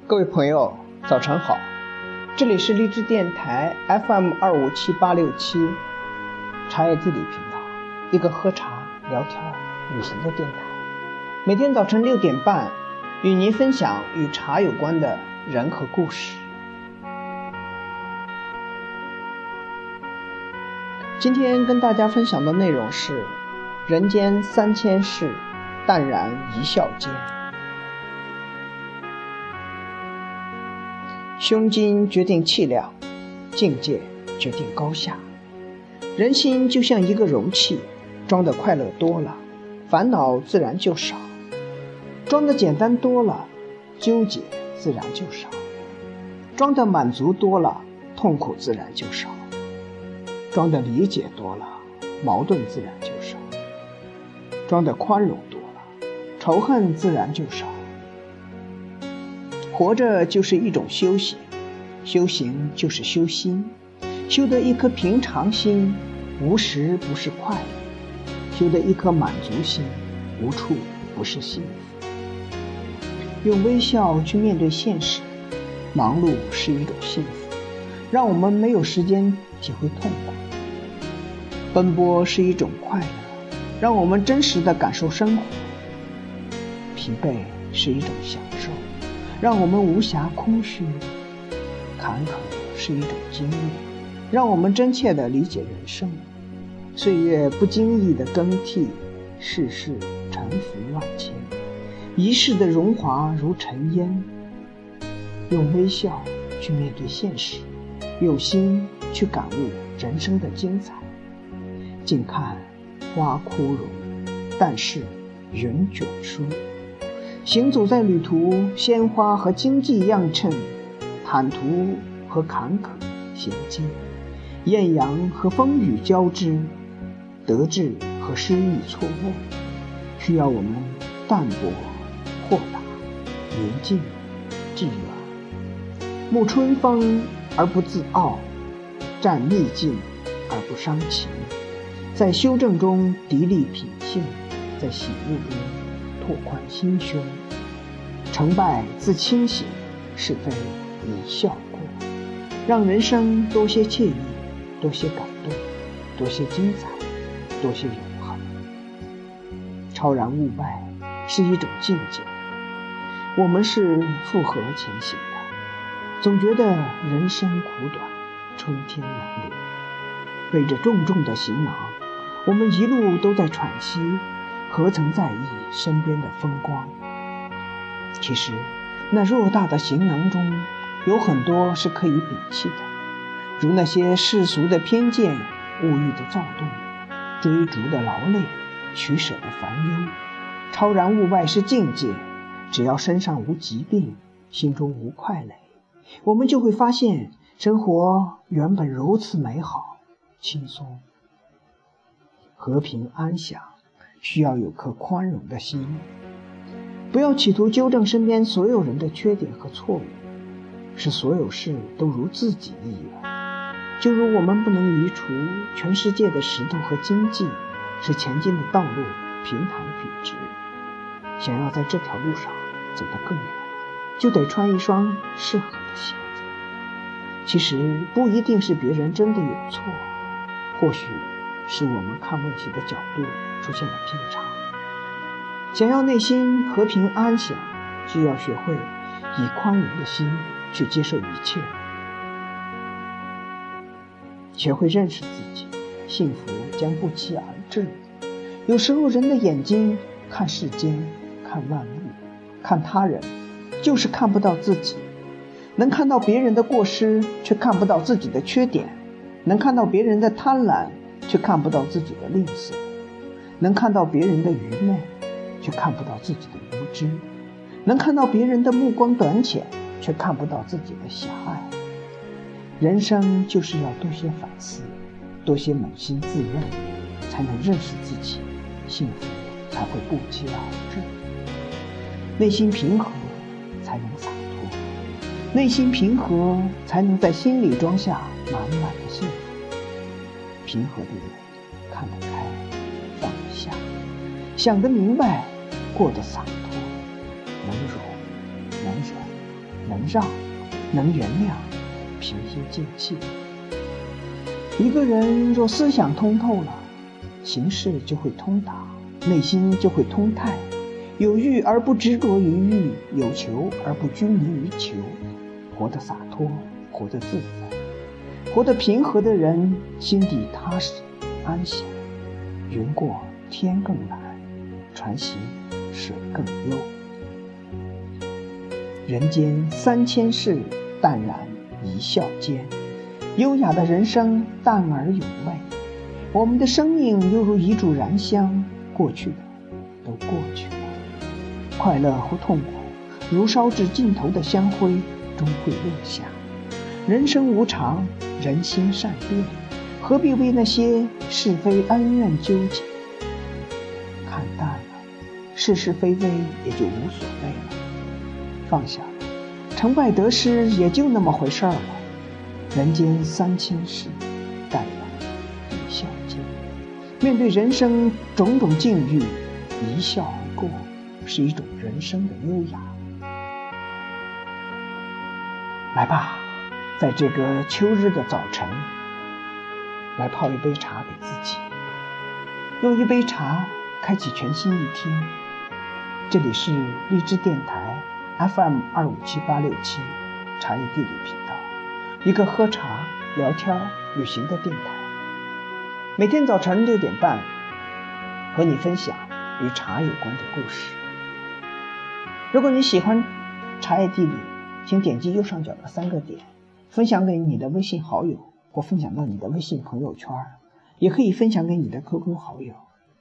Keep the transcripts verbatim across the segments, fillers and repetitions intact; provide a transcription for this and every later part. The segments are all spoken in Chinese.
各位朋友，早晨好，这里是励志电台 F M 二五七八六七茶叶自理频道，一个喝茶、聊天、旅行的电台。每天早晨六点半，与您分享与茶有关的人和故事。今天跟大家分享的内容是：人间三千事，淡然一笑间。胸襟决定气量，境界决定高下。人心就像一个容器，装的快乐多了，烦恼自然就少；装的简单多了，纠结自然就少；装的满足多了，痛苦自然就少；装的理解多了，矛盾自然就少；装的宽容多了，仇恨自然就少。活着就是一种修行，修行就是修心，修得一颗平常心，无时不是快乐；修得一颗满足心，无处不是幸福。用微笑去面对现实，忙碌是一种幸福，让我们没有时间体会痛苦；奔波是一种快乐，让我们真实地感受生活；疲惫是一种享受，让我们无暇空虚；坎坷是一种经历，让我们真切地理解人生。岁月不经意的更替，世事沉浮万千，一世的荣华如尘烟。用微笑去面对现实，用心去感悟人生的精彩。静看花枯荣，但是云卷舒。行走在旅途，鲜花和荆棘映衬，坦途和坎坷衔接，艳阳和风雨交织，得志和失意错位，需要我们淡泊、豁达、宁静、致远，沐春风而不自傲，占逆境而不伤情，在修正中砥砺品性，在喜悦中拓宽心胸。成败自清醒，是非一笑过，让人生多些惬意，多些感动，多些精彩，多些永恒。超然物外是一种境界，我们是复合前行的，总觉得人生苦短，春天难临。背着重重的行囊，我们一路都在喘息，何曾在意身边的风光？其实那偌大的行囊中，有很多是可以摒弃的，如那些世俗的偏见、物欲的躁动、追逐的劳累、取舍的烦忧。超然物外是境界，只要身上无疾病，心中无快累，我们就会发现生活原本如此美好轻松。和平安详需要有颗宽容的心，不要企图纠正身边所有人的缺点和错误，使所有事都如自己意愿。就如我们不能移除全世界的石头和荆棘，使前进的道路平坦笔直。想要在这条路上走得更远，就得穿一双适合的鞋子。其实不一定是别人真的有错，或许是我们看问题的角度出现了偏差。想要内心和平安详，就要学会以宽容的心去接受一切，学会认识自己，幸福将不期而至。有时候人的眼睛看世间，看万物，看他人，就是看不到自己。能看到别人的过失，却看不到自己的缺点；能看到别人的贪婪，却看不到自己的吝啬；能看到别人的愚昧，却看不到自己的无知；能看到别人的目光短浅，却看不到自己的狭隘。人生就是要多些反思，多些扪心自问，才能认识自己，幸福才会不期而至。内心平和才能洒脱，内心平和才能在心里装下满满的幸福。平和的人看得开，放得下，想得明白，过得洒脱，能容能忍能能让，能原谅，平心静气。一个人若思想通透了，行事就会通达，内心就会通泰，有欲而不执着于欲，有求而不拘泥于求，活得洒脱，活得自在，活得平和的人，心底踏实安详。云过天更蓝，船行水更幽。人间三千事，淡然一笑间。优雅的人生，淡而有味。我们的生命犹如一柱燃香，过去的都过去了。快乐或痛苦，如烧至尽头的香灰，终会落下。人生无常，人心善变，何必为那些是非恩怨纠结？看淡了，是是非非也就无所谓了。放下了，成败得失也就那么回事儿了。人间三千事，淡然一笑间。面对人生种种境遇，一笑而过，是一种人生的优雅。来吧，在这个秋日的早晨，来泡一杯茶给自己，用一杯茶开启全新一天。这里是荔枝电台 F M 二五七八六七茶叶地理频道，一个喝茶、聊天、旅行的电台。每天早晨六点半，和你分享与茶有关的故事。如果你喜欢茶叶地理，请点击右上角的三个点，分享给你的微信好友，或分享到你的微信朋友圈，也可以分享给你的 Q Q 好友。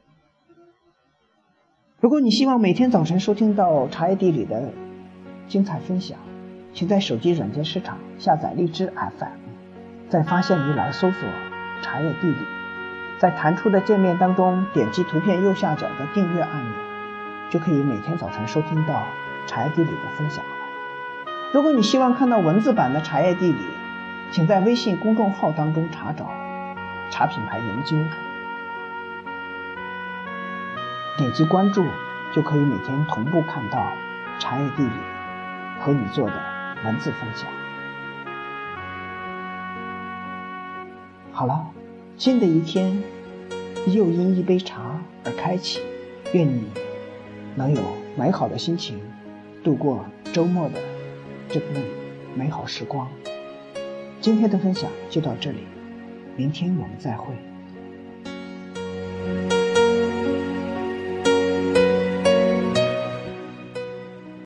如果你希望每天早晨收听到茶叶地理的精彩分享，请在手机软件市场下载荔枝 F M， 在发现一栏搜索茶叶地理，在弹出的界面当中点击图片右下角的订阅按钮，就可以每天早晨收听到茶叶地理的分享了。如果你希望看到文字版的茶叶地理，请在微信公众号当中查找茶品牌研究，点击关注，就可以每天同步看到茶叶地理和你做的文字分享。好了，新的一天又因一杯茶而开启，愿你能有美好的心情度过周末的这份美好时光。今天的分享就到这里，明天我们再会。